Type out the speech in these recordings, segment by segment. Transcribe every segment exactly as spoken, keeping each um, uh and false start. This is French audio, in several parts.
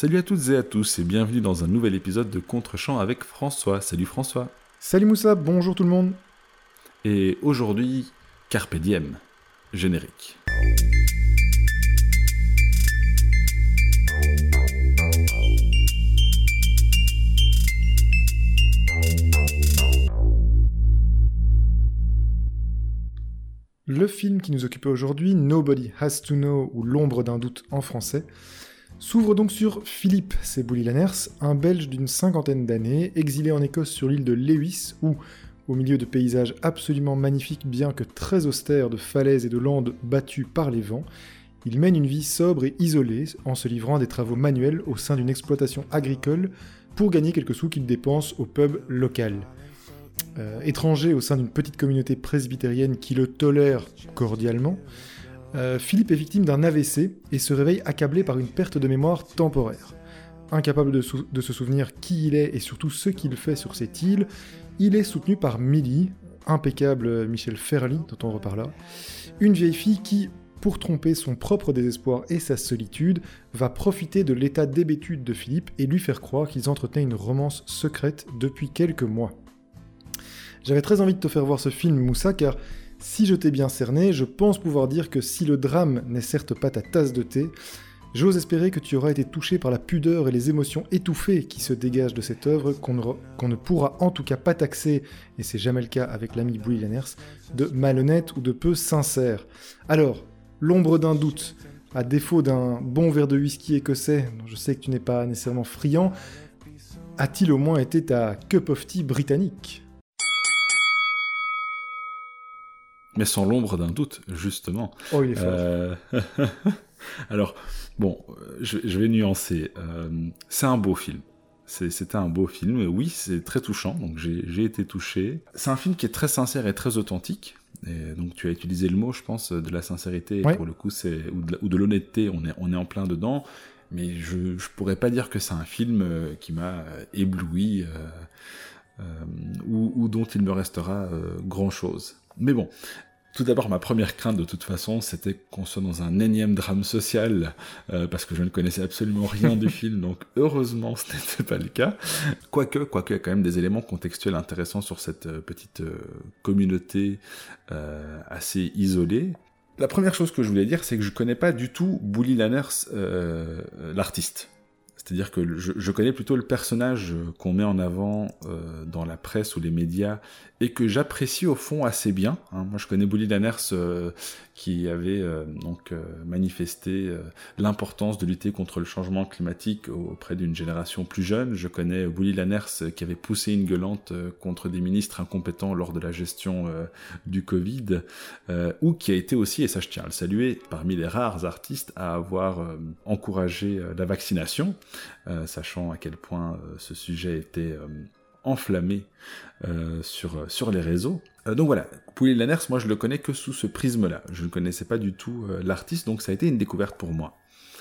Salut à toutes et à tous et bienvenue dans un nouvel épisode de Contre-champ avec François. Salut François. Salut Moussa, bonjour tout le monde. Et aujourd'hui, Carpe Diem, générique. Le film qui nous occupait aujourd'hui, Nobody Has to Know, ou L'ombre d'un doute en français, s'ouvre donc sur Philippe Sebouli Lanners, un Belge d'une cinquantaine d'années, exilé en Écosse sur l'île de Lewis, où, au milieu de paysages absolument magnifiques bien que très austères de falaises et de landes battues par les vents, il mène une vie sobre et isolée en se livrant à des travaux manuels au sein d'une exploitation agricole pour gagner quelques sous qu'il dépense au pub local. Euh, étranger au sein d'une petite communauté presbytérienne qui le tolère cordialement, euh, Philippe est victime d'un A V C et se réveille accablé par une perte de mémoire temporaire. Incapable de, sou- de se souvenir qui il est et surtout ce qu'il fait sur cette île, il est soutenu par Millie, impeccable Michel Ferly, dont on reparlera, une vieille fille qui, pour tromper son propre désespoir et sa solitude, va profiter de l'état d'hébétude de Philippe et lui faire croire qu'ils entretenaient une romance secrète depuis quelques mois. J'avais très envie de te faire voir ce film, Moussa, car si je t'ai bien cerné, je pense pouvoir dire que si le drame n'est certes pas ta tasse de thé, j'ose espérer que tu auras été touché par la pudeur et les émotions étouffées qui se dégagent de cette œuvre qu'on ne, qu'on ne pourra en tout cas pas taxer, et c'est jamais le cas avec l'ami Sebouli Lanners, de malhonnête ou de peu sincère. Alors, L'ombre d'un doute, à défaut d'un bon verre de whisky écossais, dont je sais que tu n'es pas nécessairement friand, a-t-il au moins été ta cup of tea britannique ? Mais sans l'ombre d'un doute, justement. Oh, il est fort. Euh... Alors, bon, je, je vais nuancer. Euh, c'est un beau film. C'est, c'était un beau film. Oui, c'est très touchant, donc j'ai, j'ai été touché. C'est un film qui est très sincère et très authentique. Et donc tu as utilisé le mot, je pense, de la sincérité. Et ouais. Pour le coup, c'est ou de, la, ou de l'honnêteté. On est, on est en plein dedans. Mais je, je pourrais pas dire que c'est un film qui m'a ébloui euh, euh, ou, ou dont il me restera euh, grand chose. Mais bon, tout d'abord, ma première crainte, de toute façon, c'était qu'on soit dans un énième drame social, euh, parce que je ne connaissais absolument rien du film, donc heureusement, ce n'était pas le cas. Quoique, quoique, il y a quand même des éléments contextuels intéressants sur cette euh, petite euh, communauté euh, assez isolée. La première chose que je voulais dire, c'est que je connais pas du tout Sebouli Lanners, euh, l'artiste. C'est-à-dire que je, je connais plutôt le personnage qu'on met en avant euh, dans la presse ou les médias et que j'apprécie au fond assez bien. Hein. Moi, je connais Sebouli Lanners euh, qui avait euh, donc euh, manifesté euh, l'importance de lutter contre le changement climatique auprès d'une génération plus jeune. Je connais Sebouli Lanners qui avait poussé une gueulante euh, contre des ministres incompétents lors de la gestion euh, du Covid, euh, ou qui a été aussi, et ça je tiens à le saluer, parmi les rares artistes à avoir euh, encouragé euh, la vaccination. Euh, sachant à quel point euh, ce sujet était euh, enflammé euh, sur, sur les réseaux. Euh, donc voilà, Sebouli Lanners, moi je le connais que sous ce prisme-là. Je ne connaissais pas du tout euh, l'artiste, donc ça a été une découverte pour moi.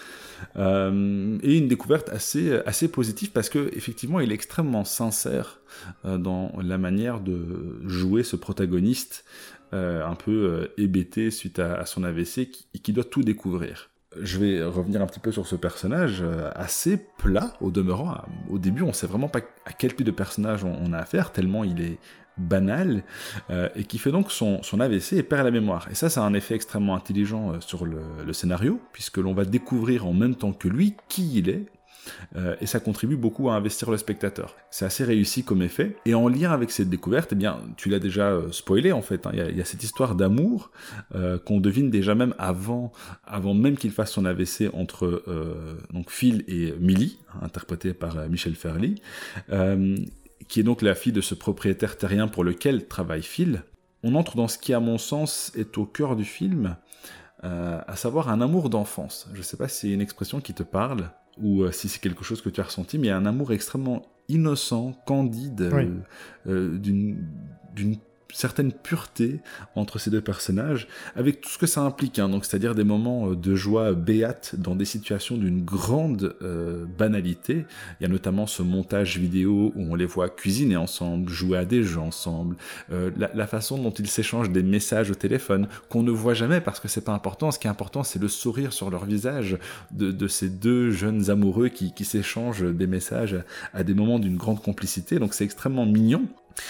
Euh, et une découverte assez, assez positive parce que effectivement il est extrêmement sincère euh, dans la manière de jouer ce protagoniste euh, un peu euh, hébété suite à, à son A V C qui, qui doit tout découvrir. Je vais revenir un petit peu sur ce personnage euh, assez plat au demeurant. Au début, on ne sait vraiment pas à quel type de personnage on, on a affaire, tellement il est banal, euh, et qui fait donc son, son A V C et perd la mémoire. Et ça, ça a un effet extrêmement intelligent euh, sur le, le scénario, puisque l'on va découvrir en même temps que lui qui il est, Euh, et ça contribue beaucoup à investir le spectateur. C'est assez réussi comme effet, et en lien avec cette découverte, eh bien, tu l'as déjà euh, spoilé en fait, hein. il, y a, il y a cette histoire d'amour euh, qu'on devine déjà même avant, avant même qu'il fasse son A V C entre euh, donc Phil et Millie, hein, interprétée par euh, Michel Ferly, euh, qui est donc la fille de ce propriétaire terrien pour lequel travaille Phil. On entre dans ce qui, à mon sens, est au cœur du film, euh, à savoir un amour d'enfance. Je ne sais pas si c'est une expression qui te parle, ou euh, si c'est quelque chose que tu as ressenti, mais il y a un amour extrêmement innocent, candide, oui. euh, euh, d'une, d'une certaine pureté entre ces deux personnages, avec tout ce que ça implique, hein, donc c'est-à-dire des moments de joie béate dans des situations d'une grande euh, banalité. Il y a notamment ce montage vidéo où on les voit cuisiner ensemble, jouer à des jeux ensemble, euh, la, la façon dont ils s'échangent des messages au téléphone, qu'on ne voit jamais parce que c'est pas important. Ce qui est important, c'est le sourire sur leur visage de, de ces deux jeunes amoureux qui, qui s'échangent des messages à, à des moments d'une grande complicité, donc c'est extrêmement mignon.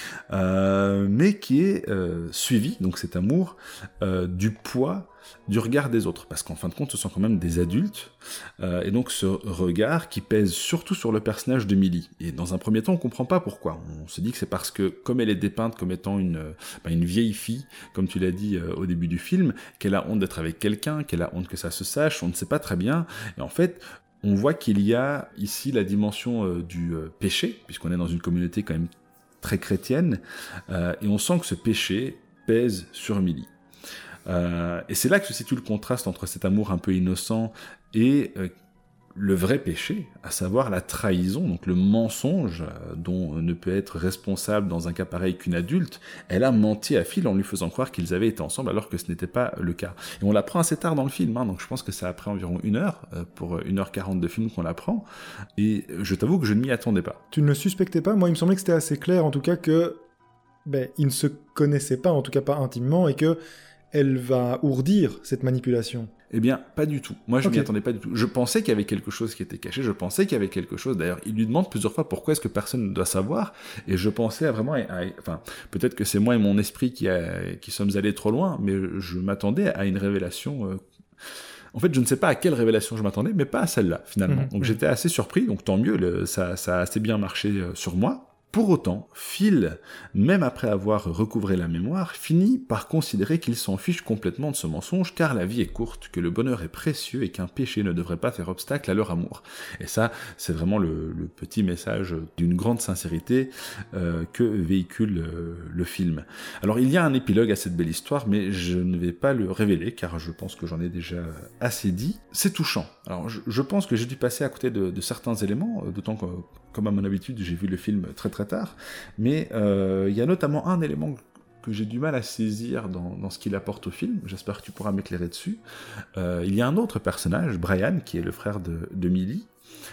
Euh, mais qui est euh, suivi, donc cet amour, euh, du poids du regard des autres, parce qu'en fin de compte, ce sont quand même des adultes, euh, et donc ce regard qui pèse surtout sur le personnage de Millie. Et dans un premier temps, on comprend pas pourquoi. On se dit que c'est parce que, comme elle est dépeinte comme étant une, bah, une vieille fille, comme tu l'as dit euh, au début du film, qu'elle a honte d'être avec quelqu'un, qu'elle a honte que ça se sache, on ne sait pas très bien, et en fait, on voit qu'il y a ici la dimension euh, du euh, péché, puisqu'on est dans une communauté quand même très chrétienne, euh, et on sent que ce péché pèse sur Millie. Euh, et c'est là que se situe le contraste entre cet amour un peu innocent et euh, le vrai péché, à savoir la trahison, donc le mensonge euh, dont ne peut être responsable dans un cas pareil qu'une adulte. Elle a menti à Phil en lui faisant croire qu'ils avaient été ensemble alors que ce n'était pas le cas. Et on l'apprend assez tard dans le film, hein, donc je pense que c'est après environ une heure, euh, pour une heure quarante de film qu'on l'apprend, et je t'avoue que je ne m'y attendais pas. Tu ne le suspectais pas? Moi, il me semblait que c'était assez clair, en tout cas, que ben, ils ne se connaissaient pas, en tout cas pas intimement, et que elle va ourdir cette manipulation. Eh bien, pas du tout. Moi, je Ok. m'y attendais pas du tout. Je pensais qu'il y avait quelque chose qui était caché, je pensais qu'il y avait quelque chose, d'ailleurs, il lui demande plusieurs fois pourquoi est-ce que personne ne doit savoir, et je pensais à vraiment, à, à, enfin, peut-être que c'est moi et mon esprit qui, a, qui sommes allés trop loin, mais je m'attendais à une révélation... Euh... En fait, je ne sais pas à quelle révélation je m'attendais, mais pas à celle-là, finalement. Mmh, donc mmh. j'étais assez surpris, donc tant mieux, le, ça, ça a assez bien marché euh, sur moi. Pour autant, Phil, même après avoir recouvré la mémoire, finit par considérer qu'il s'en fiche complètement de ce mensonge, car la vie est courte, que le bonheur est précieux et qu'un péché ne devrait pas faire obstacle à leur amour. Et ça, c'est vraiment le, le petit message d'une grande sincérité euh, que véhicule euh, le film. Alors, il y a un épilogue à cette belle histoire, mais je ne vais pas le révéler, car je pense que j'en ai déjà assez dit. C'est touchant. Alors, je, je pense que j'ai dû passer à côté de, de certains éléments, d'autant que, comme à mon habitude, j'ai vu le film très très tard, mais euh, il y a notamment un élément que j'ai du mal à saisir dans, dans ce qu'il apporte au film, j'espère que tu pourras m'éclairer dessus. Euh, il y a un autre personnage, Brian, qui est le frère de, de Millie,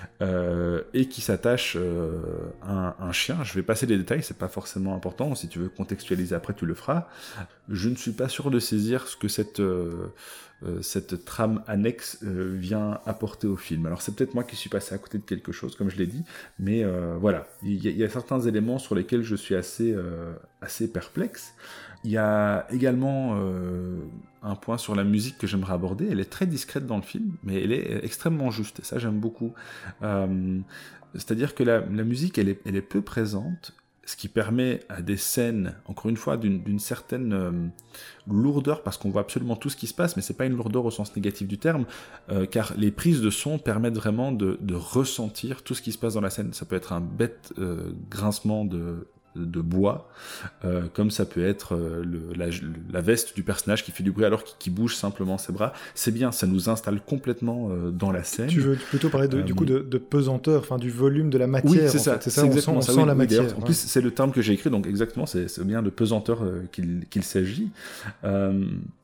euh, et qui s'attache euh, à un, un chien. Je vais passer les détails, c'est pas forcément important, si tu veux contextualiser après tu le feras. Je ne suis pas sûr de saisir ce que cette... Euh, Euh, cette trame annexe euh, vient apporter au film. Alors c'est peut-être moi qui suis passé à côté de quelque chose, comme je l'ai dit, mais euh, voilà, il y, y a certains éléments sur lesquels je suis assez, euh, assez perplexe. Il y a également euh, un point sur la musique que j'aimerais aborder. Elle est très discrète dans le film, mais elle est extrêmement juste, et ça j'aime beaucoup. Euh, c'est-à-dire que la, la musique, elle est, elle est peu présente, ce qui permet à des scènes, encore une fois, d'une, d'une certaine euh, lourdeur, parce qu'on voit absolument tout ce qui se passe, mais c'est pas une lourdeur au sens négatif du terme, euh, car les prises de son permettent vraiment de, de ressentir tout ce qui se passe dans la scène. Ça peut être un bête euh, grincement de... de bois, euh, comme ça peut être euh, le, la, la veste du personnage qui fait du bruit alors qu'il qui bouge simplement ses bras. C'est bien, ça nous installe complètement euh, dans la scène. Tu veux plutôt parler de, euh, du coup de, de pesanteur, enfin du volume de la matière. Oui, c'est en ça. Fait. C'est, c'est ça, exactement on sent, ça. on sent oui, la oui, matière. En ouais. plus, c'est le terme que j'ai écrit, donc exactement, c'est, c'est bien de pesanteur euh, qu'il, qu'il s'agit. Euh,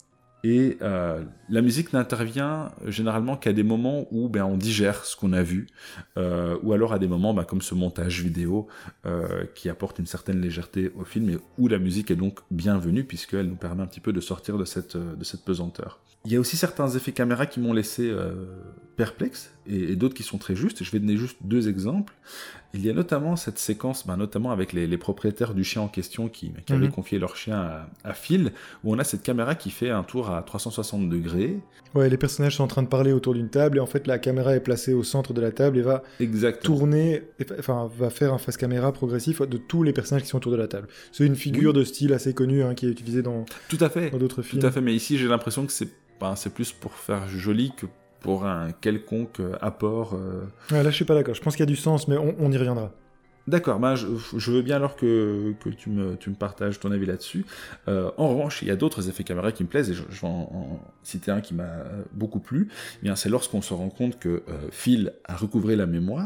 Et euh, la musique n'intervient généralement qu'à des moments où ben, on digère ce qu'on a vu, euh, ou alors à des moments ben, comme ce montage vidéo euh, qui apporte une certaine légèreté au film, et où la musique est donc bienvenue, puisqu'elle nous permet un petit peu de sortir de cette, de cette pesanteur. Il y a aussi certains effets caméra qui m'ont laissé euh, perplexe, et, et d'autres qui sont très justes. Je vais donner juste deux exemples. Il y a notamment cette séquence, ben, notamment avec les, les propriétaires du chien en question qui, qui avaient mmh. confié leur chien à, à Phil, où on a cette caméra qui fait un tour à trois cent soixante degrés. Ouais, les personnages sont en train de parler autour d'une table, et en fait la caméra est placée au centre de la table et va Exactement. tourner, enfin va faire un face caméra progressif de tous les personnages qui sont autour de la table. C'est une figure oui. de style assez connue hein, qui est utilisée dans, Tout à fait. dans d'autres films. Tout à fait, mais ici j'ai l'impression que c'est, ben, c'est plus pour faire joli que pour un quelconque apport. Euh... Ouais, là je suis pas d'accord, je pense qu'il y a du sens, mais on, on y reviendra. D'accord, ben je, je veux bien alors que, que tu, me, tu me partages ton avis là-dessus. Euh, en revanche, il y a d'autres effets caméra qui me plaisent, et je, je vais en, en citer un qui m'a beaucoup plu. Eh bien, c'est lorsqu'on se rend compte que euh, Phil a recouvré la mémoire,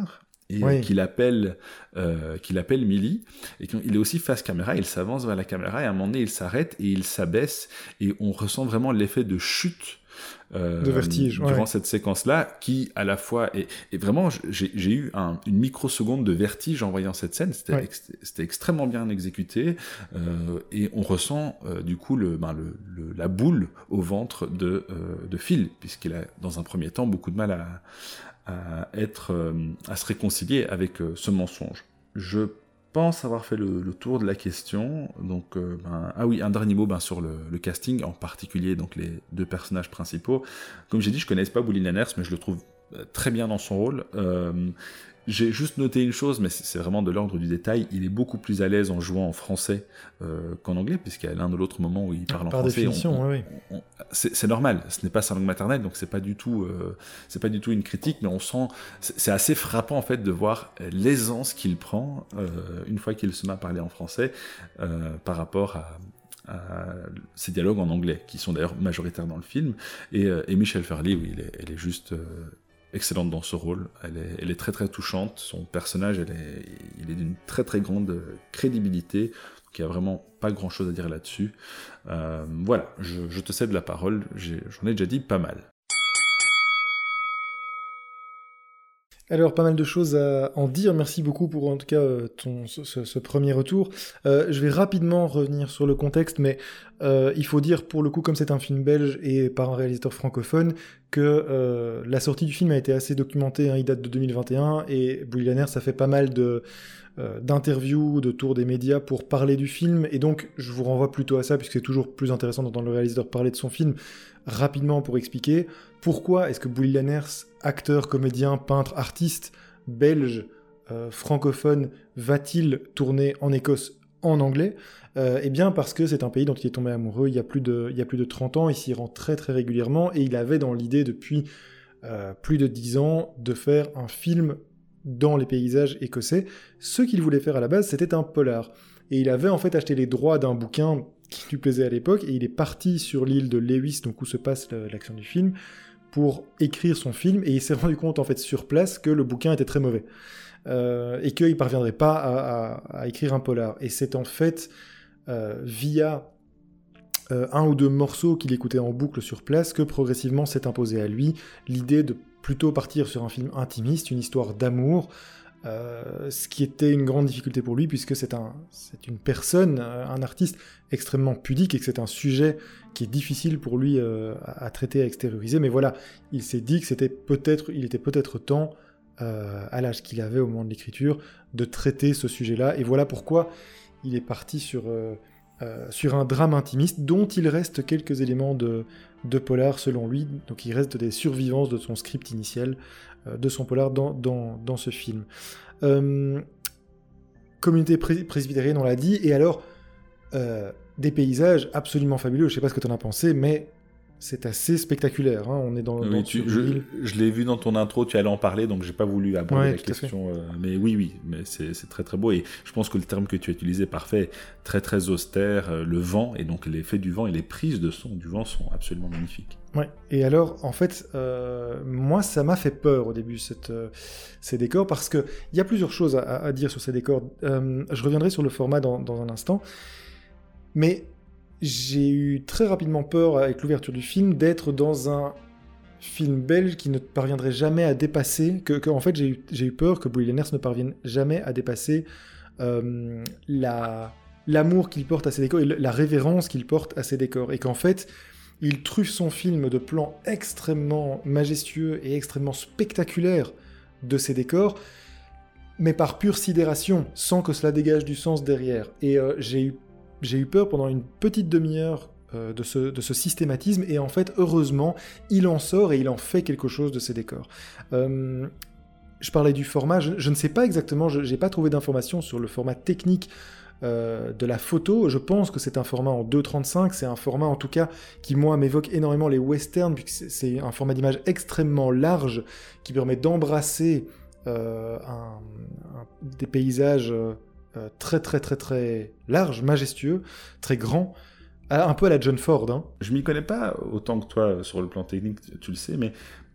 et oui. euh, qu'il appelle, euh, qu'il appelle Millie, et qu'il est aussi face caméra, il s'avance vers la caméra, et à un moment donné, il s'arrête, et il s'abaisse, et on ressent vraiment l'effet de chute euh, de vertige, durant ouais. cette séquence-là, qui à la fois est, et vraiment, j'ai, j'ai eu un, une microseconde de vertige en voyant cette scène, c'était, ouais. ex, c'était extrêmement bien exécuté, euh, et on ressent euh, du coup le, ben, le, le, la boule au ventre de, euh, de Phil, puisqu'il a dans un premier temps beaucoup de mal à à être, euh, à se réconcilier avec euh, ce mensonge. Je pense avoir fait le, le tour de la question. Donc, euh, ben, ah oui, un dernier mot ben, sur le, le casting, en particulier donc les deux personnages principaux. Comme j'ai dit, je connais pas Bully Lanners, mais je le trouve très bien dans son rôle. Euh, j'ai juste noté une chose, mais c'est vraiment de l'ordre du détail. Il est beaucoup plus à l'aise en jouant en français euh, qu'en anglais, puisqu'il y a l'un ou l'autre moment où il parle Par en français. définition, on, oui. on, on, c'est, c'est normal. Ce n'est pas sa langue maternelle, donc c'est pas du tout, euh, c'est pas du tout une critique, mais on sent, c'est, c'est assez frappant en fait de voir l'aisance qu'il prend euh, une fois qu'il se met à parler en français euh, par rapport à à ces dialogues en anglais, qui sont d'ailleurs majoritaires dans le film. Et, euh, et Michelle Fairley, oui, elle est, elle est juste euh, excellente dans ce rôle. Elle est, elle est très très touchante. Son personnage, elle est, il est d'une très très grande crédibilité. Donc il n'y a vraiment pas grand chose à dire là-dessus. Euh, voilà, je, je te cède la parole. J'ai, j'en ai déjà dit pas mal. Alors, pas mal de choses à en dire. Merci beaucoup pour, en tout cas, ton, ce, ce premier retour. Euh, je vais rapidement revenir sur le contexte, mais euh, il faut dire, pour le coup, comme c'est un film belge et par un réalisateur francophone, que euh, la sortie du film a été assez documentée. Hein, il date de deux mille vingt et un, et Bully Lanners, ça fait pas mal de... Euh, d'interviews, de tours des médias pour parler du film, et donc je vous renvoie plutôt à ça, puisque c'est toujours plus intéressant d'entendre le réalisateur parler de son film rapidement pour expliquer pourquoi est-ce que Bully Lanners, acteur, comédien, peintre, artiste, belge, euh, francophone, va-t-il tourner en Écosse en anglais ? euh, Eh bien parce que c'est un pays dont il est tombé amoureux il y a plus de, il y a plus de trente ans, il s'y rend très très régulièrement, et il avait dans l'idée depuis euh, plus de dix ans de faire un film dans les paysages écossais. Ce qu'il voulait faire à la base, c'était un polar. Et il avait en fait acheté les droits d'un bouquin qui lui plaisait à l'époque, et il est parti sur l'île de Lewis, donc où se passe l'action du film, pour écrire son film, et il s'est rendu compte en fait sur place que le bouquin était très mauvais. Euh, et qu'il ne parviendrait pas à, à, à écrire un polar. Et c'est en fait euh, via euh, un ou deux morceaux qu'il écoutait en boucle sur place que progressivement s'est imposé à lui l'idée de plutôt partir sur un film intimiste, une histoire d'amour, euh, ce qui était une grande difficulté pour lui, puisque c'est, un, c'est une personne, un artiste extrêmement pudique, et que c'est un sujet qui est difficile pour lui euh, à, à traiter, à extérioriser. Mais voilà, il s'est dit que c'était peut-être, il était peut-être temps, euh, à l'âge qu'il avait au moment de l'écriture, de traiter ce sujet-là. Et voilà pourquoi il est parti sur... Euh, Euh, sur un drame intimiste dont il reste quelques éléments de, de polar selon lui, donc il reste des survivances de son script initial, euh, de son polar dans, dans, dans ce film. Euh, communauté pré- presbytérienne, on l'a dit, et alors euh, des paysages absolument fabuleux, je sais pas ce que tu en as pensé, mais c'est assez spectaculaire, hein. On est dans, oui, dans tu, je, je l'ai vu dans ton intro, tu allais en parler, donc j'ai pas voulu aborder ouais, la question, euh, mais oui, oui, mais c'est, c'est très très beau, et je pense que le terme que tu as utilisé est parfait, très très austère, euh, le vent, et donc l'effet du vent et les prises de son du vent sont absolument magnifiques. Ouais, et alors, en fait, euh, moi, ça m'a fait peur au début, cette, euh, ces décors, parce qu'il y a plusieurs choses à, à dire sur ces décors. Euh, je reviendrai sur le format dans, dans un instant, mais j'ai eu très rapidement peur, avec l'ouverture du film, d'être dans un film belge qui ne parviendrait jamais à dépasser, que, que en fait, j'ai eu, j'ai eu peur que Bully Lanners ne parvienne jamais à dépasser euh, la, l'amour qu'il porte à ses décors, et la révérence qu'il porte à ses décors, et qu'en fait, il truffe son film de plans extrêmement majestueux et extrêmement spectaculaires de ses décors, mais par pure sidération, sans que cela dégage du sens derrière. Et euh, j'ai eu J'ai eu peur pendant une petite demi-heure euh, de, ce, de ce systématisme, et en fait, heureusement, il en sort et il en fait quelque chose de ces décors. Euh, je parlais du format, je, je ne sais pas exactement, je n'ai pas trouvé d'informations sur le format technique euh, de la photo. Je pense que c'est un format en deux trente-cinq, c'est un format en tout cas qui, moi, m'évoque énormément les westerns, puisque c'est, c'est un format d'image extrêmement large qui permet d'embrasser euh, un, un, des paysages... Euh, très très très très large, majestueux, très grand, un peu à la John Ford. Hein. Je m'y connais pas autant que toi sur le plan technique, tu le sais, mais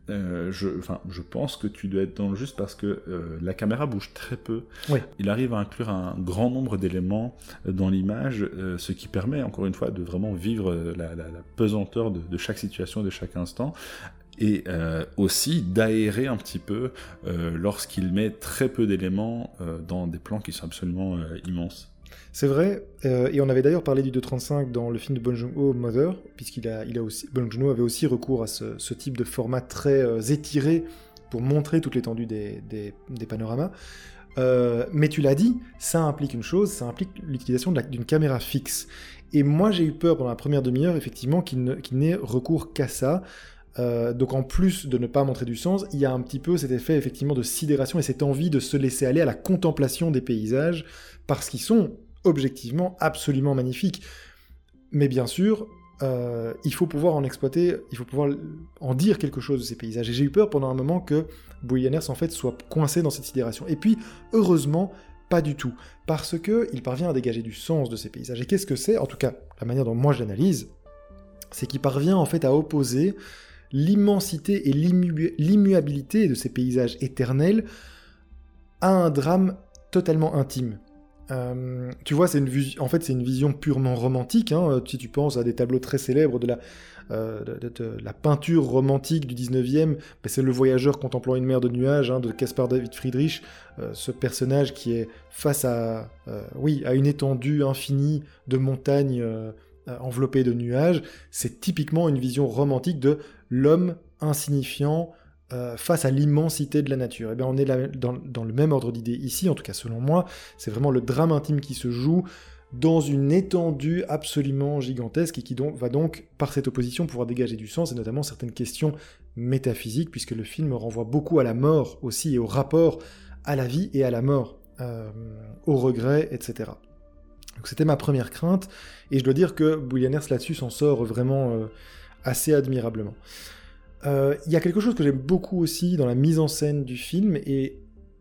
Euh, je, enfin, je pense que tu dois être dans le juste parce que euh, la caméra bouge très peu. Oui. Il arrive à inclure un grand nombre d'éléments dans l'image, euh, ce qui permet, encore une fois, de vraiment vivre la, la, la pesanteur de, de chaque situation, de chaque instant. Et euh, aussi d'aérer un petit peu euh, lorsqu'il met très peu d'éléments euh, dans des plans qui sont absolument euh, immenses. C'est vrai, euh, et on avait d'ailleurs parlé du deux trente-cinq dans le film de Bong Joon-ho, Mother, puisqu'il a, il a aussi, Bong Joon-ho avait aussi recours à ce, ce type de format très euh, étiré pour montrer toute l'étendue des, des, des panoramas. Euh, mais tu l'as dit, ça implique une chose, ça implique l'utilisation de la, d'une caméra fixe. Et moi j'ai eu peur pendant la première demi-heure, effectivement, qu'il, ne, qu'il n'ait recours qu'à ça. Euh, donc en plus de ne pas montrer du sens, il y a un petit peu cet effet effectivement de sidération et cette envie de se laisser aller à la contemplation des paysages, parce qu'ils sont objectivement absolument magnifiques. Mais bien sûr, euh, il faut pouvoir en exploiter, il faut pouvoir en dire quelque chose de ces paysages. Et j'ai eu peur pendant un moment que Bowie Anders en fait soit coincé dans cette sidération. Et puis, heureusement, pas du tout, parce qu'il parvient à dégager du sens de ces paysages. Et qu'est-ce que c'est ? En tout cas, la manière dont moi je l'analyse, c'est qu'il parvient en fait à opposer l'immensité et l'immu- l'immuabilité de ces paysages éternels à un drame totalement intime. Euh, tu vois, c'est une vis- en fait, c'est une vision purement romantique. Hein. Si tu penses à des tableaux très célèbres de la, euh, de, de, de la peinture romantique du dix-neuvième, ben c'est Le Voyageur contemplant une mer de nuages hein, de Caspar David Friedrich, euh, ce personnage qui est face à, euh, oui, à une étendue infinie de montagnes euh, enveloppées de nuages. C'est typiquement une vision romantique de l'homme insignifiant Euh, face à l'immensité de la nature. Et bien on est là, dans, dans le même ordre d'idée ici, en tout cas selon moi, c'est vraiment le drame intime qui se joue dans une étendue absolument gigantesque et qui donc, va donc, par cette opposition, pouvoir dégager du sens, et notamment certaines questions métaphysiques, puisque le film renvoie beaucoup à la mort aussi, et au rapport à la vie et à la mort, euh, au regret, et cetera. Donc c'était ma première crainte, et je dois dire que Bowie Anders là-dessus s'en sort vraiment euh, assez admirablement. Il euh, y a quelque chose que j'aime beaucoup aussi dans la mise en scène du film, et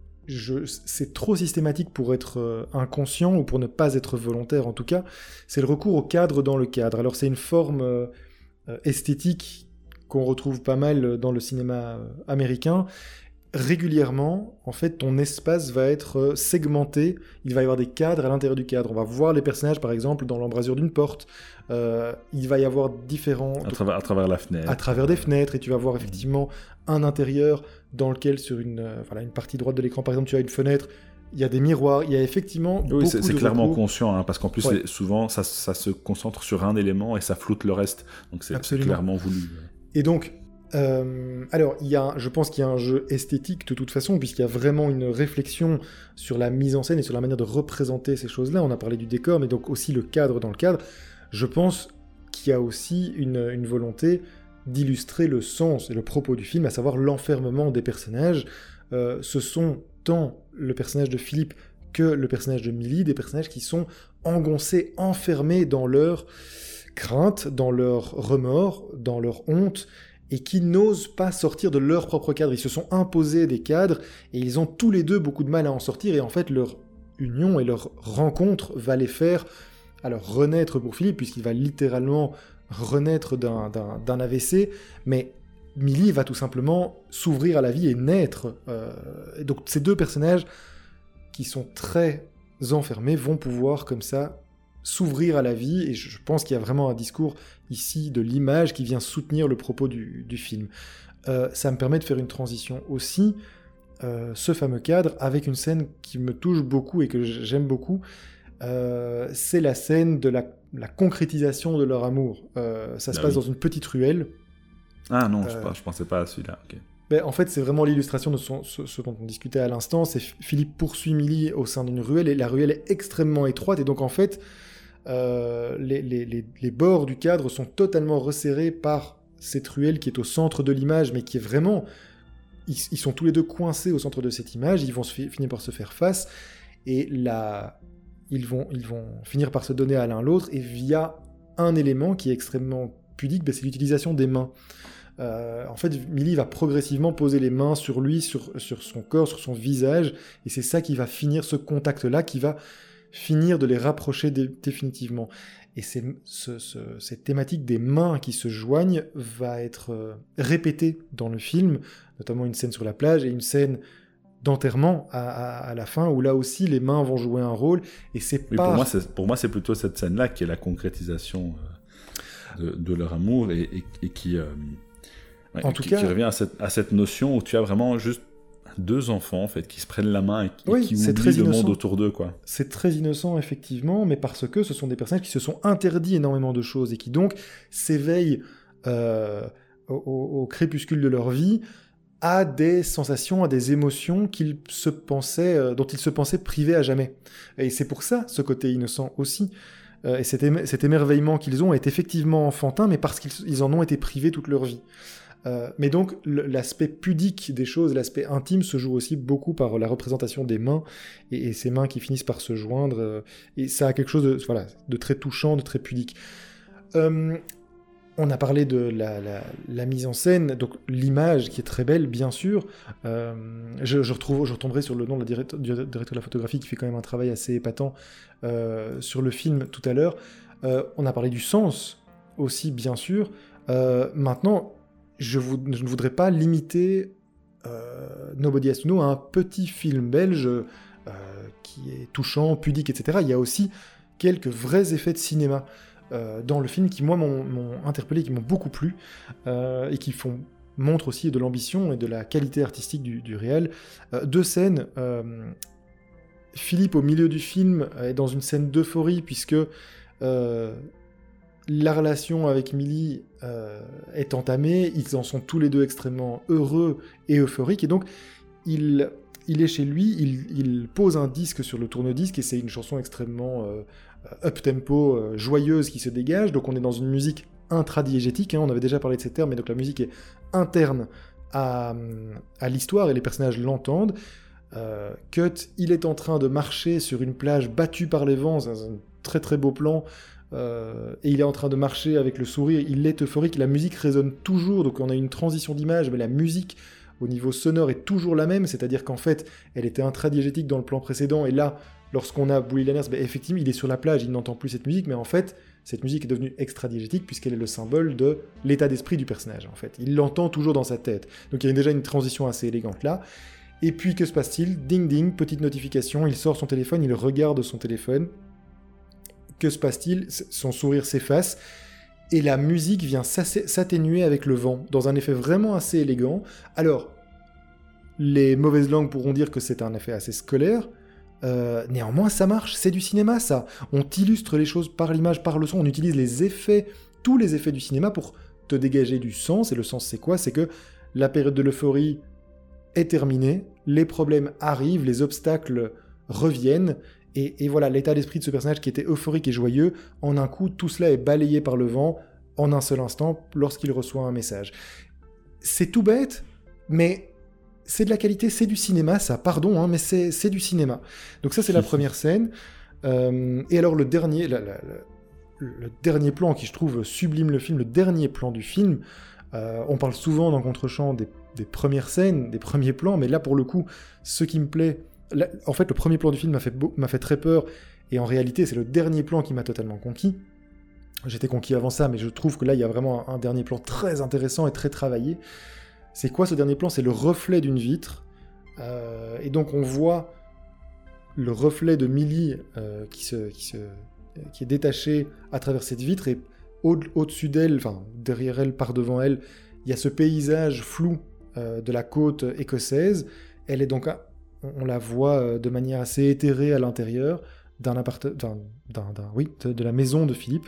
je, c'est trop systématique pour être euh, inconscient, ou pour ne pas être volontaire en tout cas, c'est le recours au cadre dans le cadre. Alors c'est une forme euh, esthétique qu'on retrouve pas mal dans le cinéma euh, américain. Régulièrement, en fait, ton espace va être segmenté, il va y avoir des cadres à l'intérieur du cadre. On va voir les personnages, par exemple, dans l'embrasure d'une porte. Euh, il va y avoir différents... À travers, à travers la fenêtre. À travers des fenêtres, et tu vas voir effectivement un intérieur dans lequel, sur une, euh, voilà, une partie droite de l'écran, par exemple, tu as une fenêtre, il y a des miroirs, il y a effectivement... Oui, c'est, c'est clairement recours. conscient, hein, parce qu'en plus, ouais. souvent, ça, ça se concentre sur un élément et ça floute le reste. Donc c'est, c'est clairement voulu. Et donc... Euh, alors, il y a, je pense qu'il y a un jeu esthétique de toute façon, puisqu'il y a vraiment une réflexion sur la mise en scène et sur la manière de représenter ces choses-là. On a parlé du décor, mais donc aussi le cadre dans le cadre. Je pense qu'il y a aussi une, une volonté d'illustrer le sens et le propos du film, à savoir l'enfermement des personnages. Euh, ce sont tant le personnage de Philippe que le personnage de Millie, des personnages qui sont engoncés, enfermés dans leur crainte, dans leur remords, dans leur honte, et qui n'osent pas sortir de leur propre cadre. Ils se sont imposés des cadres, et ils ont tous les deux beaucoup de mal à en sortir, et en fait, leur union et leur rencontre va les faire alors renaître pour Philippe, puisqu'il va littéralement renaître d'un, d'un, d'un A V C, mais Millie va tout simplement s'ouvrir à la vie et naître. Euh, et donc ces deux personnages, qui sont très enfermés, vont pouvoir comme ça s'ouvrir à la vie, et je pense qu'il y a vraiment un discours ici de l'image qui vient soutenir le propos du, du film. Euh, ça me permet de faire une transition aussi, euh, ce fameux cadre, avec une scène qui me touche beaucoup et que j'aime beaucoup, euh, c'est la scène de la, la concrétisation de leur amour. Euh, ça se bah passe oui. dans une petite ruelle. Ah non, euh, je, pas, je pensais pas à celui-là, ok. Ben, en fait, c'est vraiment l'illustration de son, ce, ce dont on discutait à l'instant, c'est Philippe poursuit Millie au sein d'une ruelle, et la ruelle est extrêmement étroite, et donc en fait, Euh, les, les, les, les bords du cadre sont totalement resserrés par cette ruelle qui est au centre de l'image, mais qui est vraiment... Ils, ils sont tous les deux coincés au centre de cette image, ils vont se fi- finir par se faire face, et là, ils vont, ils vont finir par se donner à l'un l'autre, et via un élément qui est extrêmement pudique, ben c'est l'utilisation des mains. Euh, en fait, Millie va progressivement poser les mains sur lui, sur, sur son corps, sur son visage, et c'est ça qui va finir, ce contact-là, qui va finir de les rapprocher dé- définitivement. Et c'est, ce, ce, cette thématique des mains qui se joignent va être euh, répétée dans le film, notamment une scène sur la plage et une scène d'enterrement à, à, à la fin, où là aussi les mains vont jouer un rôle. Et c'est oui, pas... pour moi, c'est, pour moi, c'est plutôt cette scène-là qui est la concrétisation euh, de, de leur amour et, et, et qui, euh, ouais, en tout qui, cas, qui revient à cette, à cette notion où tu as vraiment juste deux enfants en fait qui se prennent la main et qui, oui, et qui c'est oublient très le innocent. monde autour d'eux, quoi. C'est très innocent effectivement, mais parce que ce sont des personnages qui se sont interdits énormément de choses et qui donc s'éveillent euh, au, au, au crépuscule de leur vie à des sensations, à des émotions qu'ils se pensaient, euh, dont ils se pensaient privés à jamais. Et c'est pour ça ce côté innocent aussi. Euh, et cet, éme- cet émerveillement qu'ils ont est effectivement enfantin, mais parce qu'ils ils en ont été privés toute leur vie. Euh, mais donc le, l'aspect pudique des choses, l'aspect intime se joue aussi beaucoup par la représentation des mains et, et ces mains qui finissent par se joindre, euh, et ça a quelque chose de, voilà, de très touchant, de très pudique. Euh, on a parlé de la, la, la mise en scène, donc l'image qui est très belle, bien sûr. Euh, je, je, retrouve, je retomberai sur le nom de la directeur, du directeur de la photographie qui fait quand même un travail assez épatant euh, sur le film tout à l'heure. Euh, on a parlé du sens aussi, bien sûr. Euh, maintenant, Je, vous, je ne voudrais pas limiter euh, Nobody Has to Know à un petit film belge euh, qui est touchant, pudique, et cetera. Il y a aussi quelques vrais effets de cinéma euh, dans le film qui, moi, m'ont, m'ont interpellé, qui m'ont beaucoup plu, euh, et qui font, montrent aussi de l'ambition et de la qualité artistique du, du réel. Euh, deux scènes. Euh, Philippe, au milieu du film, est dans une scène d'euphorie, puisque... Euh, la relation avec Millie euh, est entamée, ils en sont tous les deux extrêmement heureux et euphoriques, et donc il, il est chez lui, il, il pose un disque sur le tourne-disque, et c'est une chanson extrêmement euh, up-tempo, euh, joyeuse qui se dégage, donc on est dans une musique intradiégétique, hein, on avait déjà parlé de ces termes, mais donc la musique est interne à, à l'histoire, et les personnages l'entendent. Euh, Cut, il est en train de marcher sur une plage battue par les vents, c'est un très très beau plan, Euh, et il est en train de marcher avec le sourire, il est euphorique, la musique résonne toujours, donc on a une transition d'image, mais la musique au niveau sonore est toujours la même, c'est-à-dire qu'en fait, elle était intradiégétique dans le plan précédent, et là, lorsqu'on a Bully Lanners, ben, effectivement, il est sur la plage, il n'entend plus cette musique, mais en fait, cette musique est devenue extradiégétique, puisqu'elle est le symbole de l'état d'esprit du personnage, en fait. Il l'entend toujours dans sa tête. Donc il y a déjà une transition assez élégante là. Et puis, que se passe-t-il ? Ding ding, petite notification, il sort son téléphone, il regarde son téléphone. Que se passe-t-il ? Son sourire s'efface, et la musique vient s'atténuer avec le vent, dans un effet vraiment assez élégant. Alors, les mauvaises langues pourront dire que c'est un effet assez scolaire, euh, néanmoins ça marche, c'est du cinéma ça. On illustre les choses par l'image, par le son, on utilise les effets, tous les effets du cinéma pour te dégager du sens, et le sens c'est quoi ? C'est que la période de l'euphorie est terminée, les problèmes arrivent, les obstacles reviennent, Et, et voilà, l'état d'esprit de ce personnage qui était euphorique et joyeux, en un coup, tout cela est balayé par le vent, en un seul instant, lorsqu'il reçoit un message. C'est tout bête, mais c'est de la qualité, c'est du cinéma, ça, pardon, hein, mais c'est, c'est du cinéma. Donc ça, c'est la première scène. Euh, et alors, le dernier, la, la, la, le dernier plan qui, je trouve, sublime le film, le dernier plan du film, euh, on parle souvent dans Contre-champ des, des premières scènes, des premiers plans, mais là, pour le coup, ce qui me plaît... Là, en fait, le premier plan du film m'a fait, beau, m'a fait très peur, et en réalité, c'est le dernier plan qui m'a totalement conquis. J'étais conquis avant ça, mais je trouve que là, il y a vraiment un, un dernier plan très intéressant et très travaillé. C'est quoi ce dernier plan ? C'est le reflet d'une vitre, euh, et donc on voit le reflet de Millie euh, qui, se, qui, se, qui est détaché à travers cette vitre, et au, au-dessus d'elle, enfin derrière elle, par devant elle, il y a ce paysage flou euh, de la côte écossaise. Elle est donc... Un, on la voit de manière assez éthérée à l'intérieur d'un appart... d'un, d'un, d'un, oui, de, de la maison de Philippe.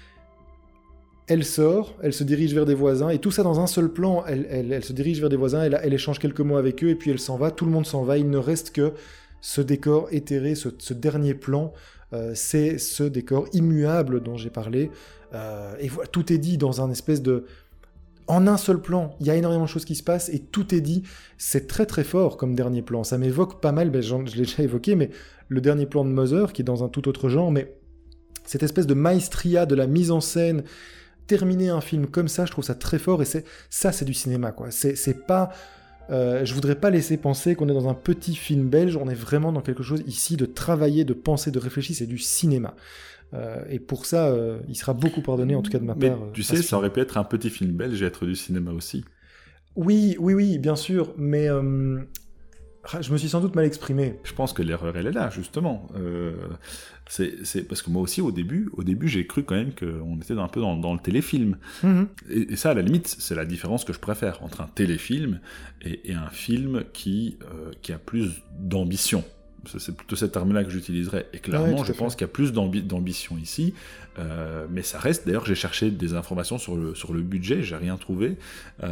Elle sort, elle se dirige vers des voisins, et tout ça dans un seul plan. Elle, elle, elle se dirige vers des voisins, elle, elle échange quelques mots avec eux, et puis elle s'en va, tout le monde s'en va, il ne reste que ce décor éthéré, ce, ce dernier plan, euh, c'est ce décor immuable dont j'ai parlé, euh, et voilà, tout est dit dans un espèce de... En un seul plan, il y a énormément de choses qui se passent et tout est dit. C'est très très fort comme dernier plan. Ça m'évoque pas mal, ben, je l'ai déjà évoqué, mais le dernier plan de Mother, qui est dans un tout autre genre, mais cette espèce de maestria de la mise en scène, terminer un film comme ça, je trouve ça très fort, et c'est, ça c'est du cinéma, quoi. C'est, c'est pas... Euh, je voudrais pas laisser penser qu'on est dans un petit film belge, on est vraiment dans quelque chose ici de travailler, de penser, de réfléchir, c'est du cinéma. Euh, et pour ça, euh, il sera beaucoup pardonné, en tout cas de ma Mais part. tu euh, sais, ça aurait pu être un petit film belge et être du cinéma aussi. Oui, oui, oui, bien sûr, mais euh, je me suis sans doute mal exprimé. Je pense que l'erreur, elle est là, justement. Euh, c'est, c'est parce que moi aussi, au début, au début, j'ai cru quand même qu'on était un peu dans, dans le téléfilm. Mm-hmm. Et, et ça, à la limite, c'est la différence que je préfère entre un téléfilm et, et un film qui, euh, qui a plus d'ambition. C'est plutôt cette terme-là que j'utiliserais. Et clairement, Ouais, je pense qu'il y a plus d'ambi- d'ambition ici. Euh, mais ça reste... D'ailleurs, j'ai cherché des informations sur le, sur le budget, j'ai rien trouvé. Euh,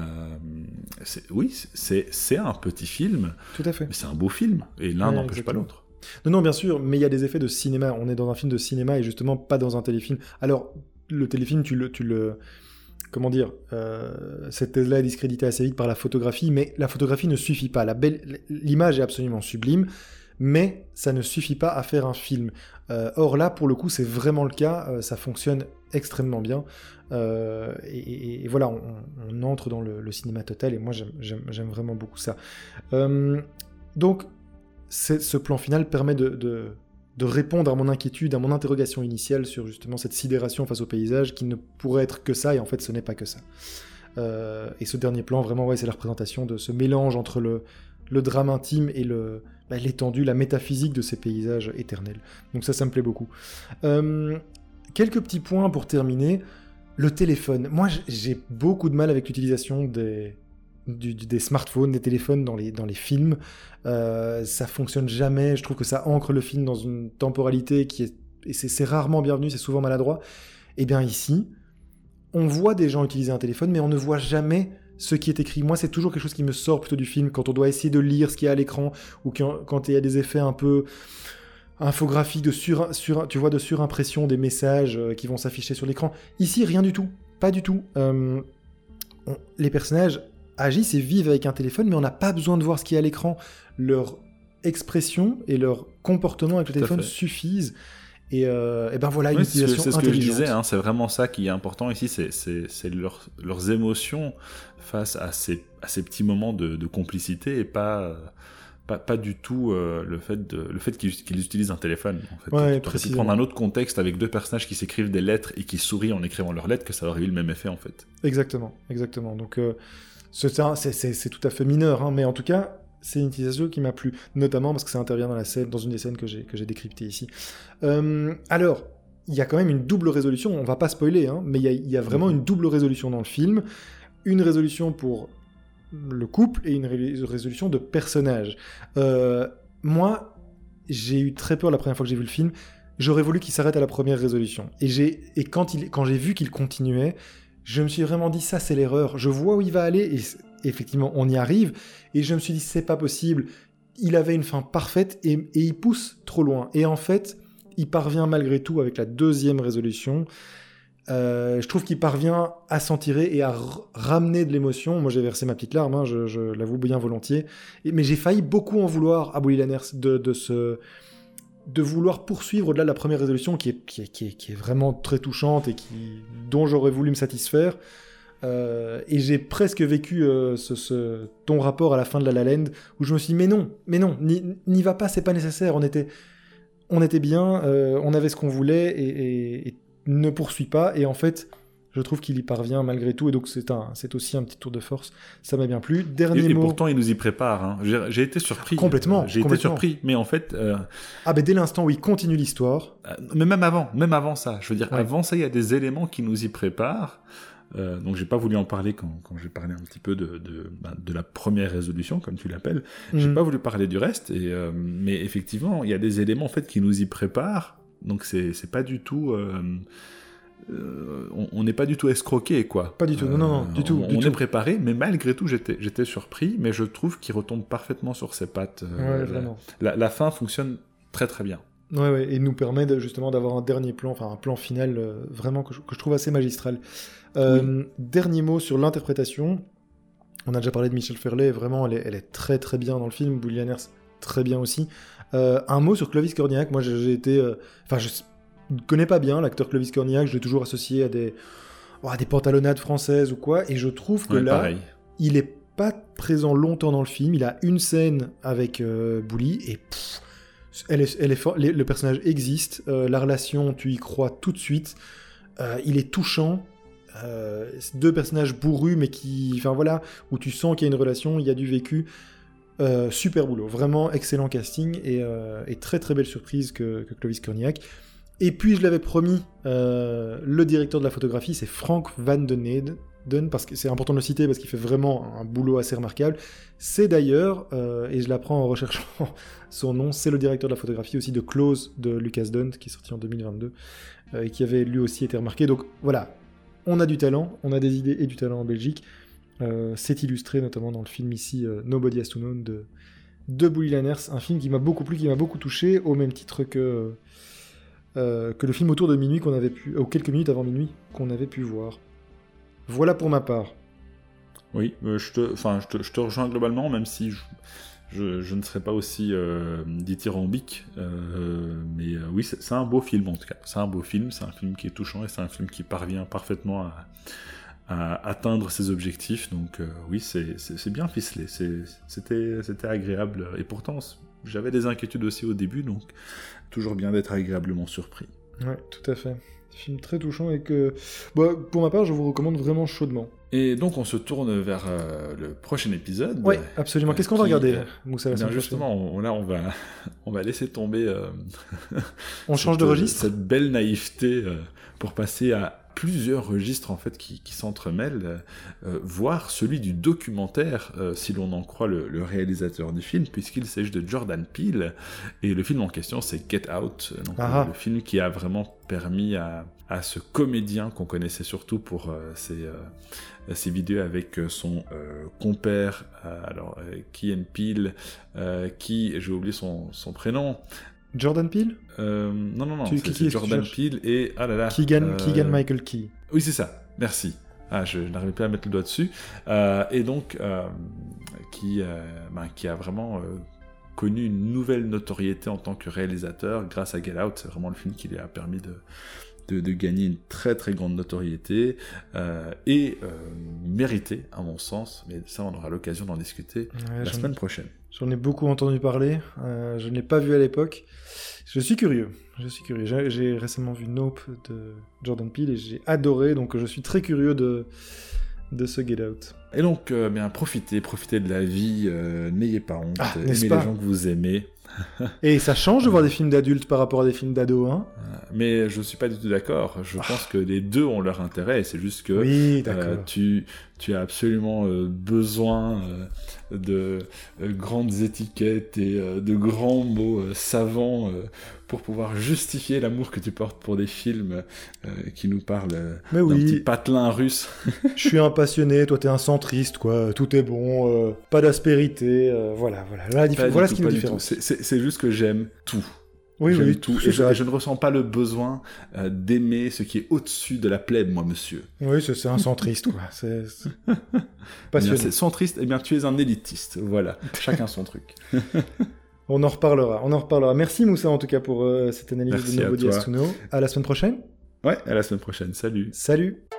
c'est, oui, c'est, c'est un petit film. Tout à fait. Mais c'est un beau film. Et l'un Ouais, n'empêche exactement. pas l'autre. Non, non, bien sûr, mais il y a des effets de cinéma. On est dans un film de cinéma et justement pas dans un téléfilm. Alors, le téléfilm, tu le... Tu le... Comment dire, euh, cette thèse-là est discréditée assez vite par la photographie, mais la photographie ne suffit pas. La belle... L'image est absolument sublime, mais ça ne suffit pas à faire un film. Euh, or là, pour le coup, c'est vraiment le cas, euh, ça fonctionne extrêmement bien, euh, et, et, et voilà, on, on entre dans le, le cinéma total, et moi j'aime, j'aime, j'aime vraiment beaucoup ça. Euh, donc, c'est, ce plan final permet de, de, de répondre à mon inquiétude, à mon interrogation initiale sur justement cette sidération face au paysage, qui ne pourrait être que ça, et en fait ce n'est pas que ça. Euh, et ce dernier plan, vraiment, ouais, c'est la représentation de ce mélange entre le, le drame intime et le... Bah, l'étendue, la métaphysique de ces paysages éternels. Donc ça, ça me plaît beaucoup. Euh, quelques petits points pour terminer. Le téléphone. Moi, j'ai beaucoup de mal avec l'utilisation des, du, des smartphones, des téléphones dans les, dans les films. Euh, ça fonctionne jamais. Je trouve que ça ancre le film dans une temporalité qui est... Et c'est, c'est rarement bienvenu, c'est souvent maladroit. Et bien ici, on voit des gens utiliser un téléphone, mais on ne voit jamais... ce qui est écrit. Moi, c'est toujours quelque chose qui me sort plutôt du film, quand on doit essayer de lire ce qu'il y a à l'écran, ou quand, quand il y a des effets un peu infographiques, de sur, sur, tu vois, de surimpression des messages euh, qui vont s'afficher sur l'écran. Ici, rien du tout. Pas du tout. Euh, on, les personnages agissent et vivent avec un téléphone, mais on n'a pas besoin de voir ce qu'il y a à l'écran. Leur expression et leur comportement avec le Tout téléphone suffisent. Et, euh, et ben voilà, une oui, utilisation c'est ce intelligente. que je disais, hein, c'est vraiment ça qui est important ici, c'est, c'est, c'est leur, leurs émotions face à ces, à ces petits moments de, de complicité et pas, pas, pas du tout euh, le fait, de, le fait qu'ils, qu'ils utilisent un téléphone. En fait. Ouais, tu aurais pu prendre un autre contexte avec deux personnages qui s'écrivent des lettres et qui sourient en écrivant leurs lettres, que ça aurait eu le même effet en fait. Exactement, exactement. Donc euh, c'est, c'est, c'est, c'est tout à fait mineur, hein, mais en tout cas... c'est une utilisation qui m'a plu, notamment parce que ça intervient dans la scène, dans une des scènes que j'ai, que j'ai décryptées ici. Euh, alors, il y a quand même une double résolution, on va pas spoiler, hein, mais il y a, il y a vraiment mmh. une double résolution dans le film. Une résolution pour le couple et une ré- résolution de personnage. Euh, moi, j'ai eu très peur la première fois que j'ai vu le film. J'aurais voulu qu'il s'arrête à la première résolution. Et, j'ai, et quand, il, quand j'ai vu qu'il continuait, je me suis vraiment dit, ça c'est l'erreur. Je vois où il va aller, et effectivement, on y arrive. Et je me suis dit, c'est pas possible. Il avait une fin parfaite, et, et il pousse trop loin. Et en fait, il parvient malgré tout avec la deuxième résolution. Euh, je trouve qu'il parvient à s'en tirer et à r- ramener de l'émotion. Moi, j'ai versé ma petite larme, hein, je, je l'avoue bien volontiers. Et, mais j'ai failli beaucoup en vouloir à Bully Lanners de, de, se, de vouloir poursuivre au-delà de la première résolution qui est, qui est, qui est, qui est vraiment très touchante et qui, dont j'aurais voulu me satisfaire. Euh, et j'ai presque vécu euh, ce, ce, ton rapport à la fin de La La Land où je me suis dit, mais non, mais non, n'y, n'y va pas, c'est pas nécessaire. On était, on était bien, euh, on avait ce qu'on voulait et, et, et ne poursuit pas, et en fait je trouve qu'il y parvient malgré tout, et donc c'est, un, c'est aussi un petit tour de force, ça m'a bien plu. Dernier et, mot... et pourtant il nous y prépare, hein. j'ai, j'ai été surpris. Complètement. J'ai complètement. été surpris, mais en fait... Euh... Ah ben dès l'instant où il continue l'histoire... Euh, mais même avant, même avant ça, je veux dire, ouais. avant ça il y a des éléments qui nous y préparent, euh, donc j'ai pas voulu en parler quand, quand j'ai parlé un petit peu de, de, bah, de la première résolution, comme tu l'appelles, mmh. j'ai pas voulu parler du reste, et, euh, mais effectivement il y a des éléments en fait qui nous y préparent. Donc c'est, c'est pas du tout... Euh, euh, on n'est pas du tout escroqué, quoi. Pas du tout, non, non, non, du on, tout. On du est tout. préparé, mais malgré tout, j'étais, j'étais surpris, mais je trouve qu'il retombe parfaitement sur ses pattes. Euh, ouais, vraiment. La, la fin fonctionne très très bien. Ouais, ouais, et nous permet de, justement d'avoir un dernier plan, enfin un plan final euh, vraiment que je, que je trouve assez magistral. Euh, oui. Dernier mot sur l'interprétation. On a déjà parlé de Michelle Fairley, vraiment, elle est, elle est très très bien dans le film. Bully Lanners, très bien aussi. Euh, un mot sur Clovis Cornillac. Moi, j'ai, j'ai été... Enfin, euh, je ne connais pas bien l'acteur Clovis Cornillac. Je l'ai toujours associé à des, oh, à des pantalonnades françaises ou quoi. Et je trouve que ouais, là, pareil. Il n'est pas présent longtemps dans le film. Il a une scène avec euh, Bully et pff, Elle est, elle est for- les- le personnage existe, euh, la relation, tu y crois tout de suite. Euh, il est touchant. Euh, deux personnages bourrus, mais qui, enfin voilà, où tu sens qu'il y a une relation, il y a du vécu. Euh, super boulot, vraiment excellent casting et, euh, et très très belle surprise que, que Clovis Cornillac. Et puis je l'avais promis, euh, le directeur de la photographie, c'est Frank Van den Eyden, parce que c'est important de le citer parce qu'il fait vraiment un boulot assez remarquable. C'est d'ailleurs, euh, et je l'apprends en recherchant son nom, c'est le directeur de la photographie aussi de Close de Lucas Dunn, qui est sorti en deux mille vingt-deux, euh, et qui avait lui aussi été remarqué. Donc voilà, on a du talent, on a des idées et du talent en Belgique. Euh, c'est illustré notamment dans le film ici, euh, Nobody Has to Know de, de Bully Lanners, un film qui m'a beaucoup plu, qui m'a beaucoup touché, au même titre que, euh, que le film Autour de minuit qu'on avait pu, ou quelques minutes avant minuit qu'on avait pu voir. Voilà pour ma part. Oui, euh, je, te, enfin, je, te, je te rejoins globalement, même si je, je, je ne serais pas aussi euh, dithyrambique, euh, mais euh, oui, c'est, c'est un beau film en tout cas. C'est un beau film, c'est un film qui est touchant et c'est un film qui parvient parfaitement à, à atteindre ses objectifs. Donc euh, oui, c'est, c'est, c'est bien ficelé, c'est, c'était, c'était agréable. Et pourtant, j'avais des inquiétudes aussi au début, donc toujours bien d'être agréablement surpris. Ouais, tout à fait. Film très touchant et que, bah, pour ma part, je vous recommande vraiment chaudement. Et donc on se tourne vers euh, le prochain épisode. Oui, absolument. Qu'est-ce qu'on va qui, regarder, euh, Moussa, la bien semaine justement, on, là on va, on va laisser tomber. Euh, on change cette, de registre. Cette belle naïveté euh, pour passer à plusieurs registres en fait qui, qui s'entremêlent, euh, voire celui du documentaire, euh, si l'on en croit le, le réalisateur du film, puisqu'il s'agit de Jordan Peele, et le film en question c'est Get Out, donc ah. le, le film qui a vraiment permis à, à ce comédien qu'on connaissait surtout pour euh, ses, euh, ses vidéos avec son euh, compère, euh, alors euh, Key and Peele, euh, qui, j'ai oublié son, son prénom. Jordan Peele euh, Non, non, non, tu, c'est, qui, c'est qui Jordan Peele et... Ah là là Keegan, euh... Keegan Michael Key. Oui, c'est ça, merci. Ah, je, je n'arrivais pas à mettre le doigt dessus. Euh, et donc, euh, qui, euh, ben, qui a vraiment euh, connu une nouvelle notoriété en tant que réalisateur grâce à Get Out. C'est vraiment le film qui lui a permis de... De, de gagner une très très grande notoriété euh, et euh, méritée à mon sens, mais ça on aura l'occasion d'en discuter ouais, la semaine prochaine. J'en ai beaucoup entendu parler, euh, je ne l'ai pas vu à l'époque, je suis curieux, je suis curieux. J'ai, j'ai récemment vu Nope de Jordan Peele et j'ai adoré, donc je suis très curieux de, de ce Get Out. Et donc, euh, bien, profitez, profitez de la vie, euh, n'ayez pas honte, ah, aimez les gens que vous aimez. Et ça change de voir des films d'adultes par rapport à des films d'ados, hein. Mais je suis pas du tout d'accord. Je ah. pense que les deux ont leur intérêt. C'est juste que oui, euh, tu, tu as absolument euh, besoin euh, de euh, grandes étiquettes et euh, de grands mots euh, savants euh, pour pouvoir justifier l'amour que tu portes pour des films euh, qui nous parlent euh, Mais d'un oui. petit patelin russe. Je suis un passionné, toi t'es un centriste, quoi. Tout est bon, euh, pas d'aspérité, euh, voilà, voilà. Là, dif- voilà ce qui nous différencie. C'est, c'est, c'est juste que j'aime tout. Oui, j'aime oui, tout. Et je, je ne ressens pas le besoin euh, d'aimer ce qui est au-dessus de la plèbe, moi, monsieur. Oui, c'est, c'est un centriste, quoi. C'est, c'est... passionné. C'est centriste, eh bien, tu es un élitiste. Voilà, chacun son truc. On en reparlera, on en reparlera. Merci Moussa, en tout cas, pour euh, cette analyse Merci de Nobody Has to Know. À la semaine prochaine. Ouais, à la semaine prochaine. Salut. Salut.